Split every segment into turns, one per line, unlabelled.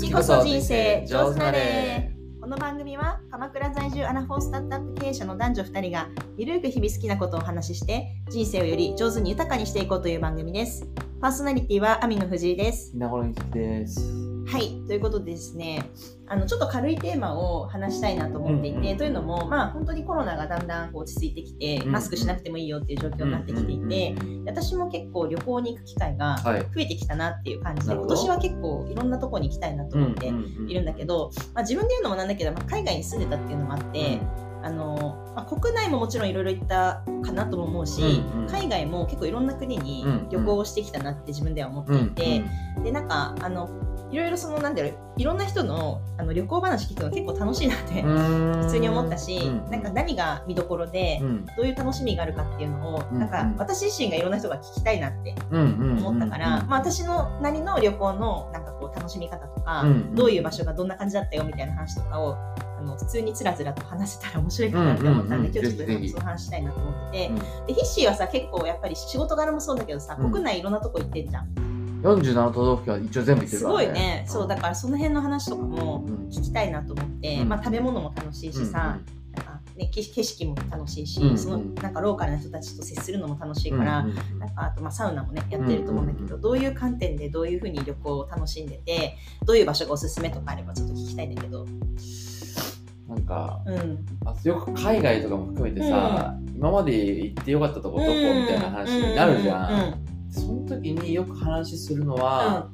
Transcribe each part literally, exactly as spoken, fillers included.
次こそ人生上手なれ。この番組は鎌倉在住アラフォースタートアップ経営者の男女ふたりがゆるく日々好きなことをお話しして人生をより上手に豊かにしていこうという番組です。パーソナリティはアミの藤井です。
稲頃につきです。
はい、ということでですね、あのちょっと軽いテーマを話したいなと思っていて、うんうん、というのも、まあ、本当にコロナがだんだん落ち着いてきて、マスクしなくてもいいよっていう状況になってきていて、私も結構旅行に行く機会が増えてきたなっていう感じで、はい、今年は結構いろんなとこに行きたいなと思っているんだけど、まあ、自分で言うのもなんだけど、まあ、海外に住んでたっていうのもあって、うん、あのまあ、国内ももちろんいろいろ行ったかなとも思うし、うんうん、海外も結構いろんな国に旅行をしてきたなって自分では思っていて、うんうん、でなんかあのいろいろそのなんだろういろんな人のあの旅行話聞くの結構楽しいなって普通に思ったし、うん、なんか何が見どころで、うん、どういう楽しみがあるかっていうのを、うん、なんか私自身がいろんな人が聞きたいなって思ったから、まあ、私のなりの旅行のなんかこう楽しみ方とか、うん、どういう場所がどんな感じだったよみたいな話とかをあの普通につらつらと話せたら面白いかなって思ったんで、うんうんうん、今日ちょっとその話したいなと思ってて、うん、でヒッシーはさ結構やっぱり仕事柄もそうだけどさ、国内いろんなとこ行ってんじゃん。
よんじゅうなな都道府県は一応全部行ってるからね。
すごいね。そうだからその辺の話とかも聞きたいなと思って、うん、まあ食べ物も楽しいしさ、うん、なんかね景色も楽しいし、うん、そのなんかローカルな人たちと接するのも楽しいから、うん、なんかあとまあサウナもねやってると思うんだけど、うん、どういう観点でどういう風に旅行を楽しんでて、どういう場所がおすすめとかあればちょっと聞きたいんだけど。
なんか、うん、あよく海外とかも含めてさ、うん、今まで行ってよかったとこどこみたいな話になるじゃん。うんうんうんうんその時によく話するのは、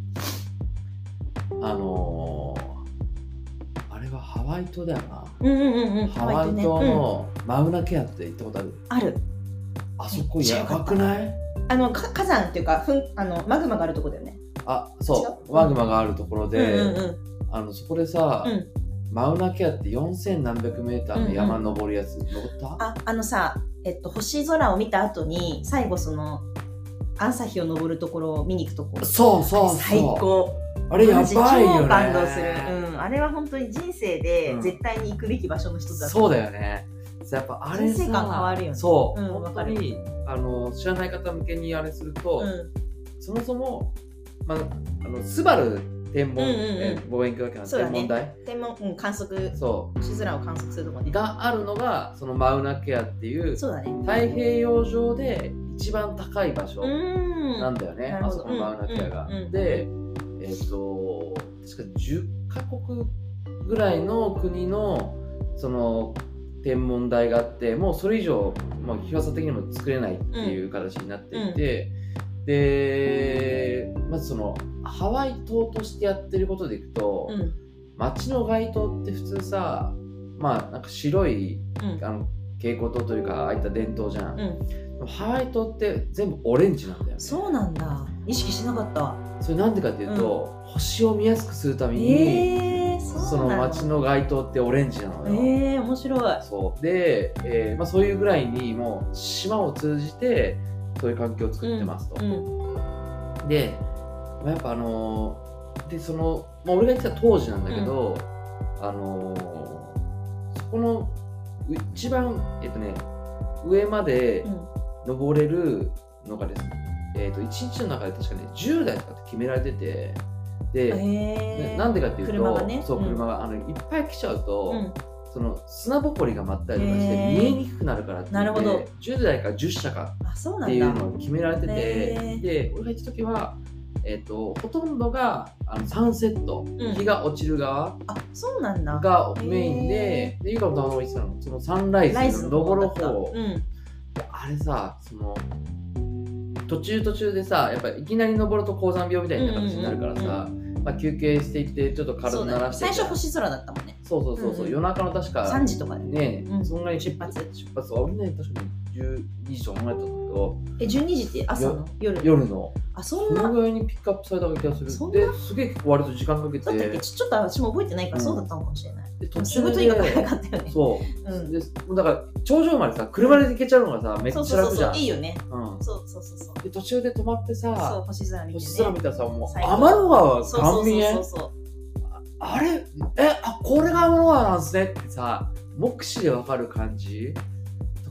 うん、あのー、あれはハワイ島だよな、
うんうんうんうん、
ハワイ島のマウナケアって行ったことある？
ある。
あそこやばくない？
あの火山っていうかふんあのマグマがあるところだよね。
あ、そうマグマがあるところで、うんうんうん、あのそこでさ、うん、マウナケアってよんせんなんびゃくメーターの山登るやつ、うんうん、登った？
あ、あのさ、えっと星空を見た後に最後その朝日を昇るところを見に行くところ。
そうそうそう。
最高。
あれやばいよね。
超感動する。うん。あれは本当に人生で絶対に行くべき場所の一つだと、
うん。そうだよね。やっぱあれさ。
人生観変わるよね。
そう。うん、本当にあの知らない方向けにあれすると、うん、そもそもまああのスバル天文、うんうんうんえー、望遠鏡だけの天文台、ね、
天文、うん、観測
そう
星空を観測するところ、ね、
があるのがそのマウナケアっていう
そうだ、ね、
太平洋上で一番高い場所なんだよね、あそこのマウナケアが、うんうんうん、で、えーと、確かじゅっかこくぐらいの国のその天文台があってもうそれ以上、まあ、広さ的にも作れないっていう形になっていて、うんうんでまずそのハワイ島としてやってることでいくと、うん、街の街灯って普通さまあなんか白い、うん、あの蛍光灯というかああいった電灯じゃん、うん、ハワイ島って全部オレンジなんだよね。
そうなんだ、意識しなかった。
それなんでかっていうと、うん、星を見やすくするために、えー、そ, その街の街灯ってオレンジなのよ。
えー、面白い。
そうで、えーまあ、そういうぐらいにもう島を通じてそういう環境を作ってますと、うんうん、で、まあ、やっぱあのー、でその、まあ、俺が言ってた当時なんだけど、うん、あのー、そこの一番えっとね上まで登れるのがですね、うん、えっといちにちの中で確かねじゅうだいとかって決められててで、なんでかっていうと
車がね、
そう車が、うん、あのいっぱい来ちゃうと、うんその砂ぼこりが舞ったりとかして見えにくくなるからって言ってじゅうだいかじゅっしゃかっていうのを決められててで俺が行った時は、えー、とほとんどがあのサンセット、うん、日が落ちる側がメインででゆかもとも言ってたのそのサンライズの登る方、うん、あれさその途中途中でさやっぱいきなり登ると高山病みたいな形になるからさ、うんうんうんうんまあ、休憩していってちょっと体鳴らして、
ね、最初星空だったもんね。
そうそうそうそう、うんうん、夜中の確か
さんじとかで
ね、
うん、
そんなに
出発
出発は俺ね確かにじゅうにじとか考えたんだけど
えじゅうにじって朝の夜
夜の
あそんな
そのぐらいにピックアップされた気がする
そん
なですげえ結構割と時間かけて
だってちょっと私も覚えてないからそうだったのかもしれない、うん、で途中ですぐとにかく早かったよね
そう、うん、でだから頂上までさ車で行けちゃうのがさ、うん、めっちゃ楽じゃんそうそうそう
いいよね、
うん、
そうそうそうそう
で途中で止まってさ
そう星空見て、ね、
星空見たらさもう天の川顔見え
そうそうそうそう
あれえあこれが天の川なんすねってさ目視でわかる感じとかす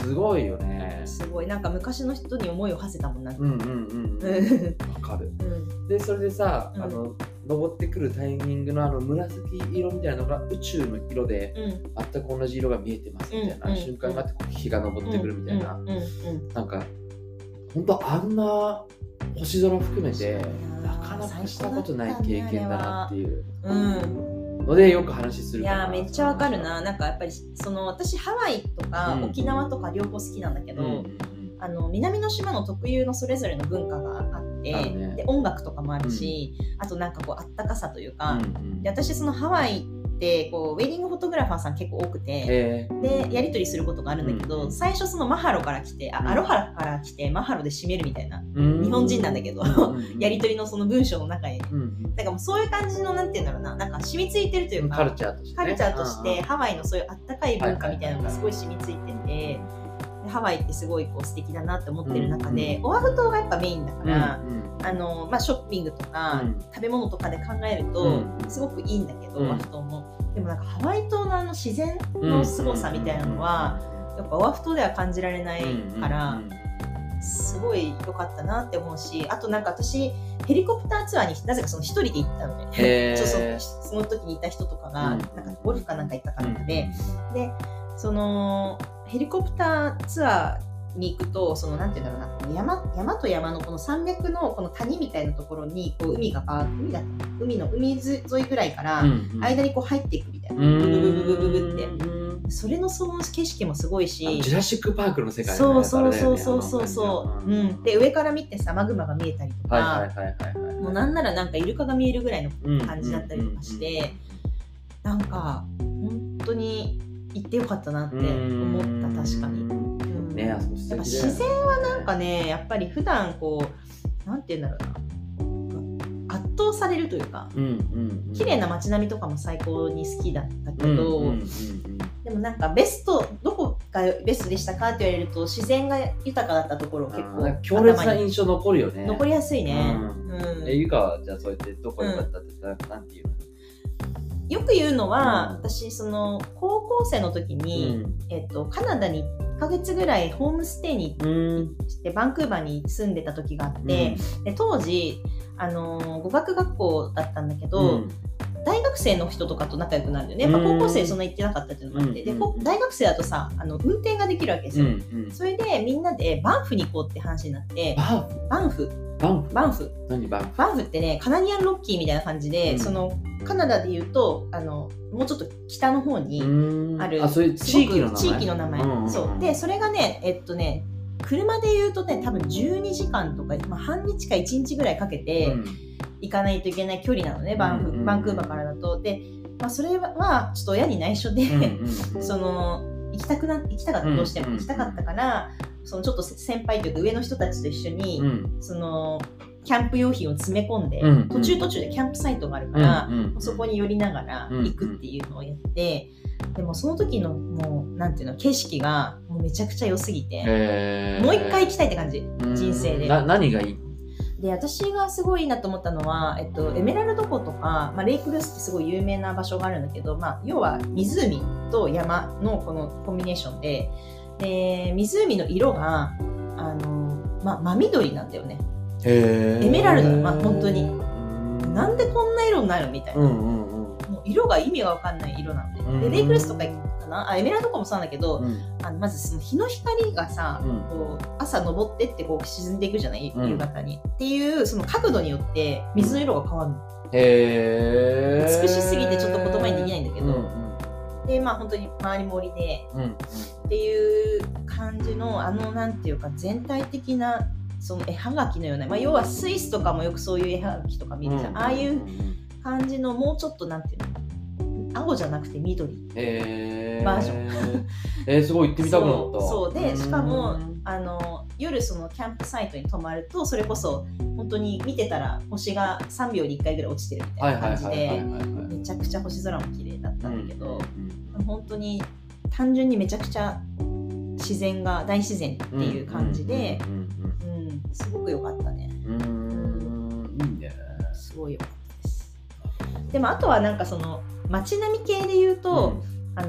すごいよね。
すごいなんか昔の人に思いを馳せたもんな。
うんうんうんうんわかる、うん、でそれでさ、うん、あの登ってくるタイミングのあの紫色みたいなのが宇宙の色で、うん、全く同じ色が見えてますみたいな、うん、瞬間があって日が昇ってくるみたいな、うんうんうん、なんか本当あんな星空含めてなかなかしたことない経験だなっていうのでよく話するか
ら。いやめっちゃわかるな。なんかやっぱりその私ハワイとか沖縄とか両方好きなんだけど、うんうんうん、あの南の島の特有のそれぞれの文化があって、ね、で音楽とかもあるし、うん、あとなんかこうあったかさというか、うんうん、で私そのハワイでこうウェディングフォトグラファーさん結構多くて、でやり取りすることがあるんだけど、うん、最初そのマハロから来てあアロハから来てマハロで締めるみたいな、うん、日本人なんだけど、うん、やり取りのその文章の中に、うん、だからもうそういう感じのなんていうんだろうな、なんか染みついてるというか、
カルチャーとして、ね、
カルチャーとしてハワイのそういうあったかい文化みたいなのがすごい染みついてて、でハワイってすごいこう素敵だなって思ってる中で、うん、オアフ島がやっぱメインだから、うんあのまあ、ショッピングとか、うん、食べ物とかで考えると、うん、すごくいいんだけど、うん、オアフ島もでもなんかハワイ島のあの自然の凄さみたいなのは、うん、やっぱオアフ島では感じられないから、うん、すごい良かったなって思うし、あとなんか私ヘリコプターツアーになぜかその一人で行ったのねそうそうその時にいた人とかが、うん、なんかゴルフかなんか行ったかなんかで、うん、でそのヘリコプターツアーに行くとそのなんていうんだろうな、この 山, 山と山のこの山脈のこの谷みたいなところにこう海がバー海だった海の海沿いぐらいから間にこう入っていくみたいな、うん、ブブブブブブブって、それのその景色もすごいし、
ジュラシックパークの世界、ね、
そうそうそうそうそうそう、うん、で上から見てさマグマが見えたりとか、はいはいはいはい、もうなんならなんかイルカが見えるぐらいの感じだったりとかして、なんか本当に行ってよかったなって思った。確かに
ね、やっぱ
自然はなんかね、やっぱり普段こうなんて言うんだろうな、圧倒されるというか、うんうんうん、綺麗な街並みとかも最高に好きだったけど、うんうんうんうん、でもなんかベストどこがベストでしたかって言われると自然が豊かだったところ結構
強烈な印象残るよね。
残りやすいね。
うんうん、えゆかはじゃあそうやってどこ良かったって、うん、なんていうの？
よく言うのは、うん、私その高校生の時に、うんえっと、カナダにいっかげつぐらいホームステイに行って、うん、バンクーバーに住んでた時があって、うん、で当時あの語学学校だったんだけど、うん、大学生の人とかと仲良くなるんだよね。やっぱ高校生そんな行ってなかったっていうのもあって、うん、で大学生だとさあの運転ができるわけですよ、うんうん、それでみんなでバンフに行こうって話になって、バンフ
バンフ
バンフ
何バンフ
バンフってね、カナディアンロッキーみたいな感じで、うん、そのカナダでいうとあのもうちょっと北の方にある、
あ、そういう地域の名前、
地域の名前、うんうんうん、そうでそれがねえっとね車でいうとね多分じゅうにじかんとか、まあ、半日かいちにちぐらいかけて行かないといけない距離なのね、バンフ、うんうんうん、バンクーバーからだと。で、まあ、それはちょっと親に内緒で、うんうん、その行きたくな行きたかった、どうしても行きたかったから、そのちょっと先輩というか上の人たちと一緒に、うん、そのキャンプ用品を詰め込んで、うんうん、途中途中でキャンプサイトがあるから、うんうん、そこに寄りながら行くっていうのをやって、うんうん、でもその時のもうなんていうの景色がもうめちゃくちゃ良すぎて、もう一回行きたいって感じ、人生で。
な何がいい？
で私がすごいいいなと思ったのは、えっと、エメラルド湖とか、まあ、レイクルスってすごい有名な場所があるんだけど、まあ、要は湖と山のこのコンビネーションで、で湖の色があの、まあ、真緑なんだよね。
へ
エメラルド、まあ、本当になんでこんな色になるみたいな、うんうんうん、もう色が意味が分かんない色なんで、うんうん、でレイクルスとかかなあエメラルド湖もそうなんだけど、うん、あのまずその日の光がさ、うん、こう朝昇ってってこう沈んでいくじゃない、夕方に、うん、っていうその角度によって水の色が変わるの。
へー、
美しすぎてちょっと言葉にできないんだけど、うんうん、でまあ本当に周り森で、うんうん、っていう感じのあのなんていうか全体的なその絵はがきのような、まあ、要はスイスとかもよくそういう絵はがきとか見るじゃん、うん、ああいう感じのもうちょっとなんていうの青じゃなくて緑バージョン
えー、すごい行ってみたくなった。
そうそうでしかもあの夜そのキャンプサイトに泊まるとそれこそ本当に見てたら星がさんびょうにいっかいぐらい落ちてるみたいな感じでめちゃくちゃ星空も綺麗だったんだけど、うん、本当に単純にめちゃくちゃ自然が大自然っていう感じで、うんうんうんうん、すごく良かったね。
うーん、いいね。
すごい良かったです。でもあとはなんかその街並み系で言うと、うん、あの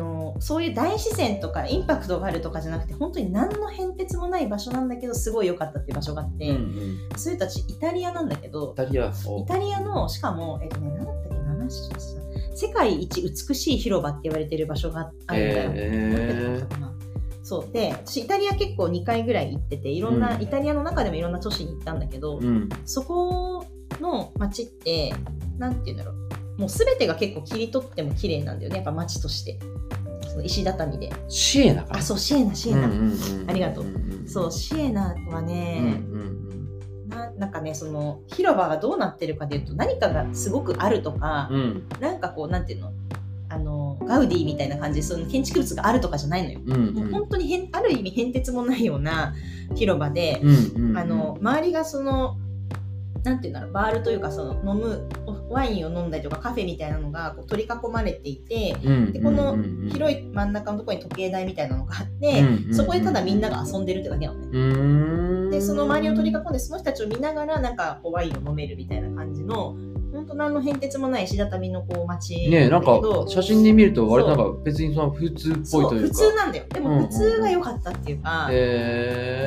そういう大自然とかインパクトがあるとかじゃなくて本当に何の変哲もない場所なんだけどすごい良かったっていう場所があって、うんうん、それたちイタリアなんだけど、
イタリア、
イタリアのしかもえっとね何だったっけ名前知ってます？世界一美しい広場って言われてる場所があるんだよ。えー、そうで、私イタリア結構にかいぐらい行ってて、いろんな、うん、イタリアの中でもいろんな都市に行ったんだけど、うん、そこの街ってなんていうんだろう、もう全てが結構切り取っても綺麗なんだよね、やっぱ街として。その石畳で。
シエナか。
あ、そうシエナシエナ、うんうんうん、ありがとう、うんうん、そうシエナはね、うんうん、な, なんかねその広場がどうなってるかでいうと何かがすごくあるとか、うん、なんかこうなんていうのあのガウディみたいな感じでその建築物があるとかじゃないのよ、うんうん、もう本当にへんある意味変哲もないような広場で、うんうんうん、あの周りがそのなんていうんだろうバールというかその飲むワインを飲んだりとかカフェみたいなのがこう取り囲まれていて、うんうんうん、でこの広い真ん中のところに時計台みたいなのがあって、うんうんうん、そこでただみんなが遊んでるってだけなのね、うん、でその周りを取り囲んでその人たちを見ながらなんかこうワインを飲めるみたいな感じの本当何の変哲もない石畳のこう街
ねえ、なんか写真で見ると割となんか別にその普通っぽいというか、
そう普通なんだよ。でも普通が良かったっていうか、うんうん、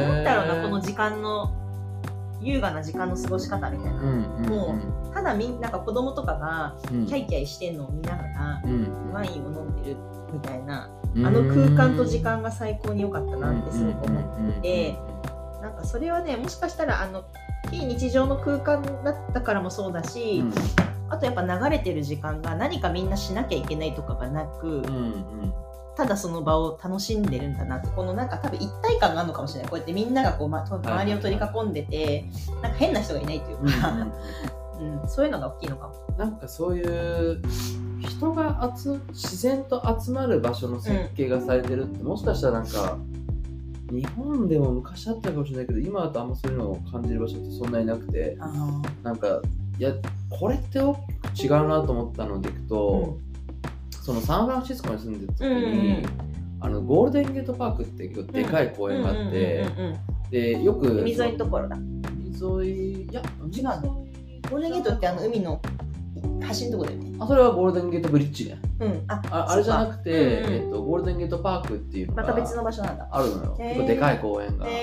なんだろうなこの時間の優雅な時間の過ごし方みたいな、うんうんうん、もうただみんなが子供とかがキャイキャイしてんのを見ながら、うん、ワインを飲んでるみたいな、うん、あの空間と時間が最高に良かったなってすごく思っていて、なんかそれはねもしかしたらあの非日常の空間だったからもそうだし、うん、あとやっぱ流れてる時間が何かみんなしなきゃいけないとかがなく、うんうん、ただその場を楽しんでるんだなってこのなんか多分一体感があるのかもしれない。こうやってみんながこう、ま、周りを取り囲んでてなんか変な人がいないというか、うんうんうん、そういうのが大きいのかも。
なんかそういう人が集自然と集まる場所の設計がされてるって、うん、もしかしたらなんか日本でも昔あったかもしれないけど今だとあんまそういうのを感じる場所ってそんなになくて、なんかいやこれって大きく違うなと思ったのでいくと、うん、そのサンフランシスコに住んでた時に、うんうん、あのゴールデンゲートパークって結構でかい公園があって、でよく
海沿いのところだ。
海沿いいや
違うの。ゴールデンゲートってあの海の橋のとこだよね。
あ、それはゴールデンゲートブリッジね。
うん、あ,
あ, あれじゃなくて、うんうんえーと、ゴールデンゲートパークっていうのが
また別の場所なんだ
あるのよ。結構でかい公園があって、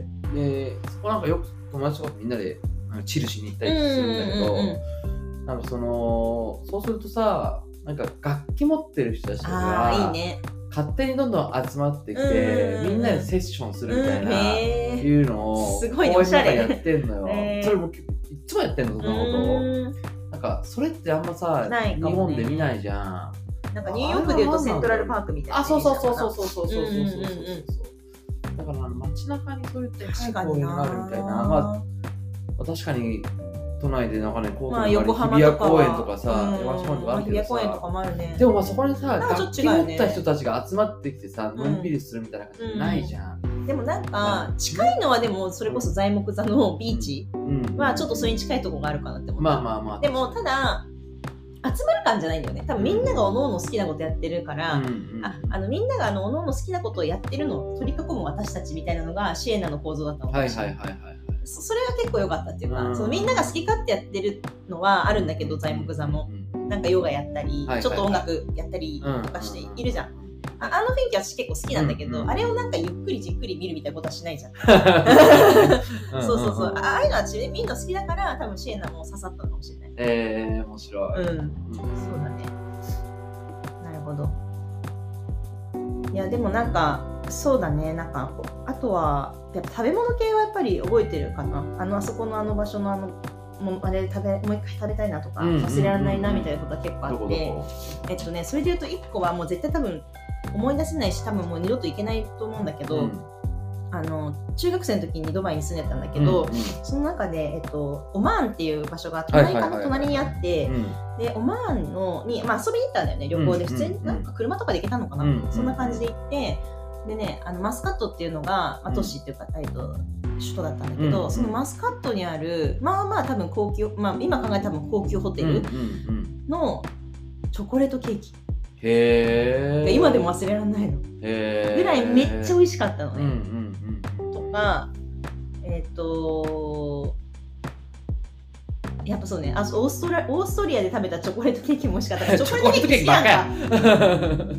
でそこなんかよく友達とかみんなでなんかチルしに行ったりするんだけど、うんうんうん、なんかそのそうするとさ、なんか楽器持ってる人たちが
いいね。
勝手にどんどん集まってきて、うんうんうん、みんなでセッションするみたいな、うん、いうのを
すごいね、おしゃれ
やってんのよ。それもいつもやってんのそんなことを。なんかそれってあんまさ、ね、日本で見ないじゃん。
なんかニューヨークでいうとセントラルパークみたいな。
あ、そうそうそうそうそうそうそうそうそうそう。だから街中にそういうでかい公園があるみたいな。まあ確かに都内でなんかね、こう
まあ横浜
日比谷公園とかさ、山下公園とかあるけどさ、
日比谷公園とかもあるね。
でもまあそこにさ、楽器持った人たちが集まってきてさ、のんびりするみたいな感じないじゃん。
でもなんか近いのはでもそれこそ材木座のビーチはちょっとそれに近いところがあるかなって思った。
まあまあまあ。
でもただ集まる感じゃないんだよね。多分みんながおのおの好きなことやってるから、うんうん、ああのみんながあのおのおの好きなことをやってるのを取り囲む私たちみたいなのがシエナの構造だったのかもしれない。はいはいはいはい。そ, それが結構良かったっていうか、うん、そのみんなが好き勝手やってるのはあるんだけど、材木座も、うん、なんかヨガやったり、はいはいはい、ちょっと音楽やったりとかしているじゃん。うんあ, あの雰囲気は私結構好きなんだけど、うんうん、あれをなんかゆっくりじっくり見るみたいなことはしないじゃん。そうそうそう。ああいうのはみんな好きだから多分シエナも刺さったのかもしれない。
えー、面白い。
うん。うん、そうだね。なるほど。いやでもなんかそうだね。なんかあとはやっぱ食べ物系はやっぱり覚えてるかな。あのあそこのあの場所のあのもうあれ食べもう一回食べたいなとか、うんうんうんうん、忘れられないなみたいなことは結構あって、どこどこえっとねそれで言うといっこはもう絶対多分思い出せないし多分もう二度と行けないと思うんだけど、うん、あの中学生の時にドバイに住んでたんだけど、うんうん、その中で、えっと、オマーンっていう場所が隣かの隣にあって、でオマーンのに、まあ、遊びに行ったんだよね旅行で、普通になんか車とかで行けたのかな、うんうん、そんな感じで行ってでねあのマスカットっていうのが、まあ、都市っていうか、えっと首都だったんだけど、うん、そのマスカットにあるまあまあ多分高級、まあ、今考えたら多分高級ホテルのチョコレートケーキ、
へー
今でも忘れられないの
へー
ぐらいめっちゃ美味しかったのね、
うんうんうん、
とかえっ、ー、とやっぱそうねあオーストラオーストリアで食べたチョコレートケーキも美味しかったからチョコレートケーキ好きなんか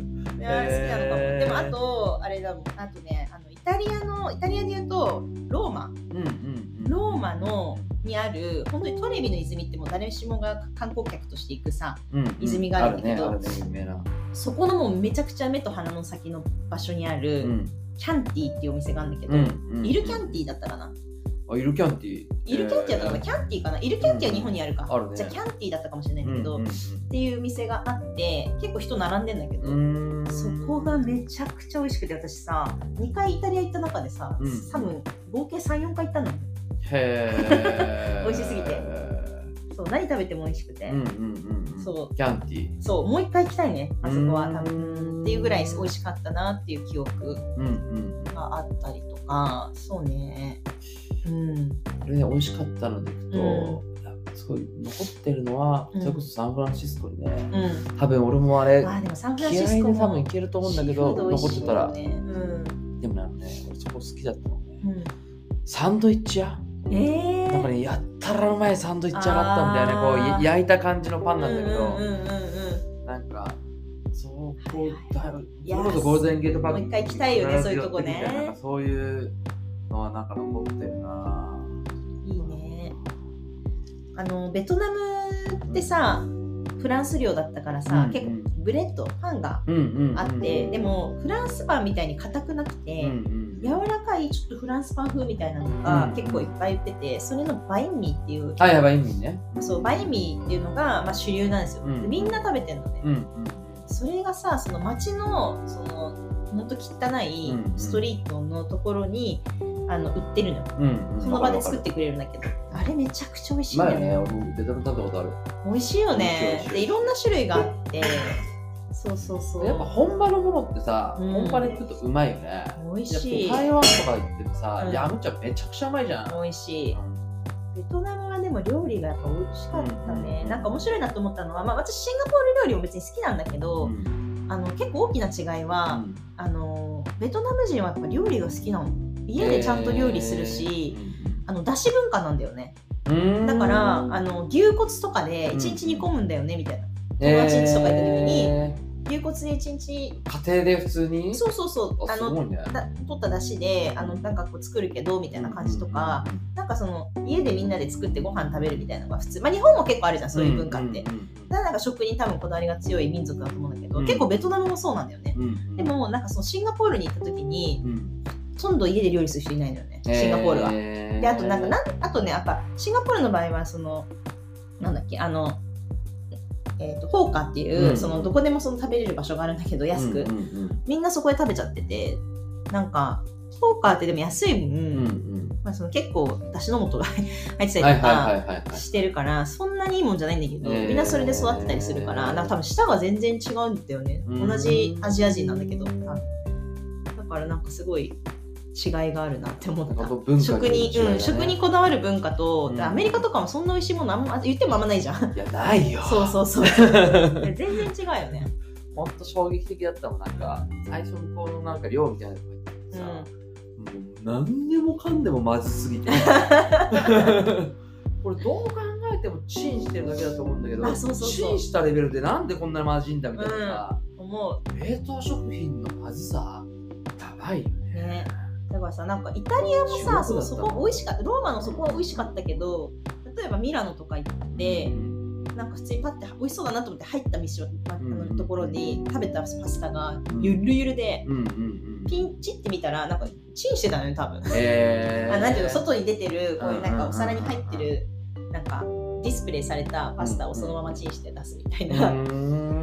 や好きなのかも。でもあとあれだもん、あとね、あのイタリアのイタリアで言うとローマ、
うんうんうん、
ローマのにある本当にトレビの泉ってもう誰しもが観光客として行くさ、うんうん、泉があるんだけど、あるね、あるね、有名な。そこのもうめちゃくちゃ目と鼻の先の場所にある、うん、キャンティっていうお店があるんだけど、うんうんうん、イルキャンティだったかな。
あ、イルキャンティ、
イルキャンティだったかな、キャンティかな、イルキャンティは日本にあるか、うん、あるね、じゃあキャンティだったかもしれないんだけど、うんうんうん、っていう店があって結構人並んでんだけど、そこがめちゃくちゃ美味しくて、私さにかいイタリア行った中でさ、うん、多分合計 さん,よん 回行ったの。へー美味しすぎて、そう何食べても美味しくて、うんうんうん、そう
キャンティ、
そうもう一回行きたいね、あそこは多分っていうぐらい美味しかったなっていう記憶があったりとか、そうね、うん、
これね美味しかったのでいくと、うん、すごい残ってるのは、うん、それこそサンフランシスコにね、うん、多分俺もあれ、
あでもサンフランシスコも
気合いで多分行けると思うんだけど、残ってたら、
ね、うん、
でもなんかね俺そこ好きだったのね、うん、サンドイッチ屋、えー、なんかねやったらうまいサンドイッチ屋があったんだよね。こう焼いた感じのパンなんだけど、うんうんうんうん、なんかそうこうだいぶそれこそゴールデンゲートパーク
もう一回行きたいよね、そういうとこね。
なんかそういうのはなんか残ってるな。
いいね。あのベトナムってさ、フランス領だったからさ、うんうん、結構ブレッドパンがあって、うんうんうん、でもフランスパンみたいに硬くなくて、うんうん、柔らかいちょっとフランスパン風みたいなのが結構いっぱい売ってて、それのバインミーっていう、
あ、やバインミーね、
そうバインミーっていうのが、まあ、主流なんですよ、うん、でみんな食べてんのね、うんうん、それがさ、その街のそのほんと汚いストリートのところに、うんうん、あの売ってるのよ、うんうん、その場で作ってくれるんだけど、あれめちゃくちゃ美味しいんだよね。
前ね、俺もベトナム食べたことある。
美味しいよね。でいろんな種類があってそうそうそう、
やっぱ本場のものってさ、うん、本場で食うとうまいよね。
美味しい。
台湾とか行ってもさ、うん、ヤムチャめちゃくちゃうまいじゃん。
美味しい、うん、ベトナムはでも料理がやっぱ美味しかったね、うん、なんか面白いなと思ったのは、まあ、私シンガポール料理も別に好きなんだけど、うん、あの結構大きな違いは、うん、あのベトナム人はやっぱ料理が好きなの。家でちゃんと料理するし、えー、あのだし文化なんだよね。だからあの牛骨とかでいちにち煮込むんだよね、みたいな。友達ん家とか行った時に、えー、牛骨でいちにち
家庭で普通に
そうそうそうあの、
ね、
だ取っただしであのなんかこう作るけどみたいな感じとか、うんうんうん、なんかその家でみんなで作ってご飯食べるみたいなのが普通、まあ、日本も結構あるじゃんそういう文化って、うんうんうん、だからなんか食に多分こだわりが強い民族だと思うんだけど、うん、結構ベトナムもそうなんだよね、うんうん、でもなんかそのシンガポールに行った時に、うん、ほとんど家で料理する人いないのよね、シンガポールは、えー、であとなんかなんあとねやっぱシンガポールの場合はそのなんだっけあのえー、とホーカーっていう、うん、そのどこでもその食べれる場所があるんだけど安く、うんうんうん、みんなそこで食べちゃってて、なんかホーカーってでも安い分、うんうんまあ、その結構だしの素が入ってたりとかしてるからそんなにいいもんじゃないんだけど、えー、みんなそれで育ってたりするから、なんか多分舌が全然違うんだよね、同じアジア人なんだけど、だからなんかすごい違いがあるなって思った。食に、うん、食にこだわる文化と、うん、アメリカとかもそんな美味しいものあんま言ってもあんまないじゃん。
いやないよ。
そうそうそう。全然違うよね。
ほんと衝撃的だったもん。なんか最初にこのなんか量みたいなのが言ってさ、うん、もう何でもかんでもまずすぎて。これどう考えてもチンしてるだけだと思うんだけど、そうそうそうチンしたレベルでなんでこんなにまずいんだみたいなさ、
うん、思う。
冷凍食品のまずさやばいよね。ね
だからさ、なんかイタリアもさ、そ, そこ美味しかった、ローマのそこは美味しかったけど、例えばミラノとか行って、うん、なんか普通にパッて美味しそうだなと思って入った店のところに食べたパスタがゆるゆるで、うんうんうん、ピンチって見たらなんかチンしてたのよ多分。えー、あなんていうの外に出てるこういうなんかお皿に入ってるなんかディスプレイされたパスタをそのままチンして出すみたいな、うん、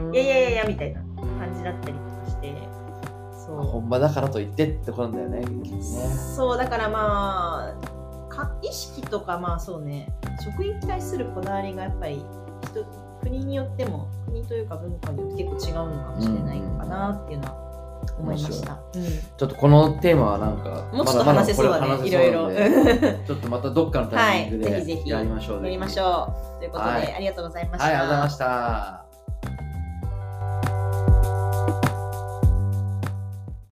いやいやいやいやみたいな感じだったりとかして。
そう本場だからといってってことなんだよね。
そうだからまあか意識とかまあそうね食に対するこだわりがやっぱり人国によっても国というか文化によって結構違うのかもしれないかなっていうのは思いました、うん、
ちょっとこのテーマはなんか
もうちょっと話せそうだね、まだまだいろいろ
ちょっとまたどっかのタイミングで、
はい、ぜひぜひ
やりましょう
やりましょうということで、はい、ありがとうございました。
はい、ありがとうございました。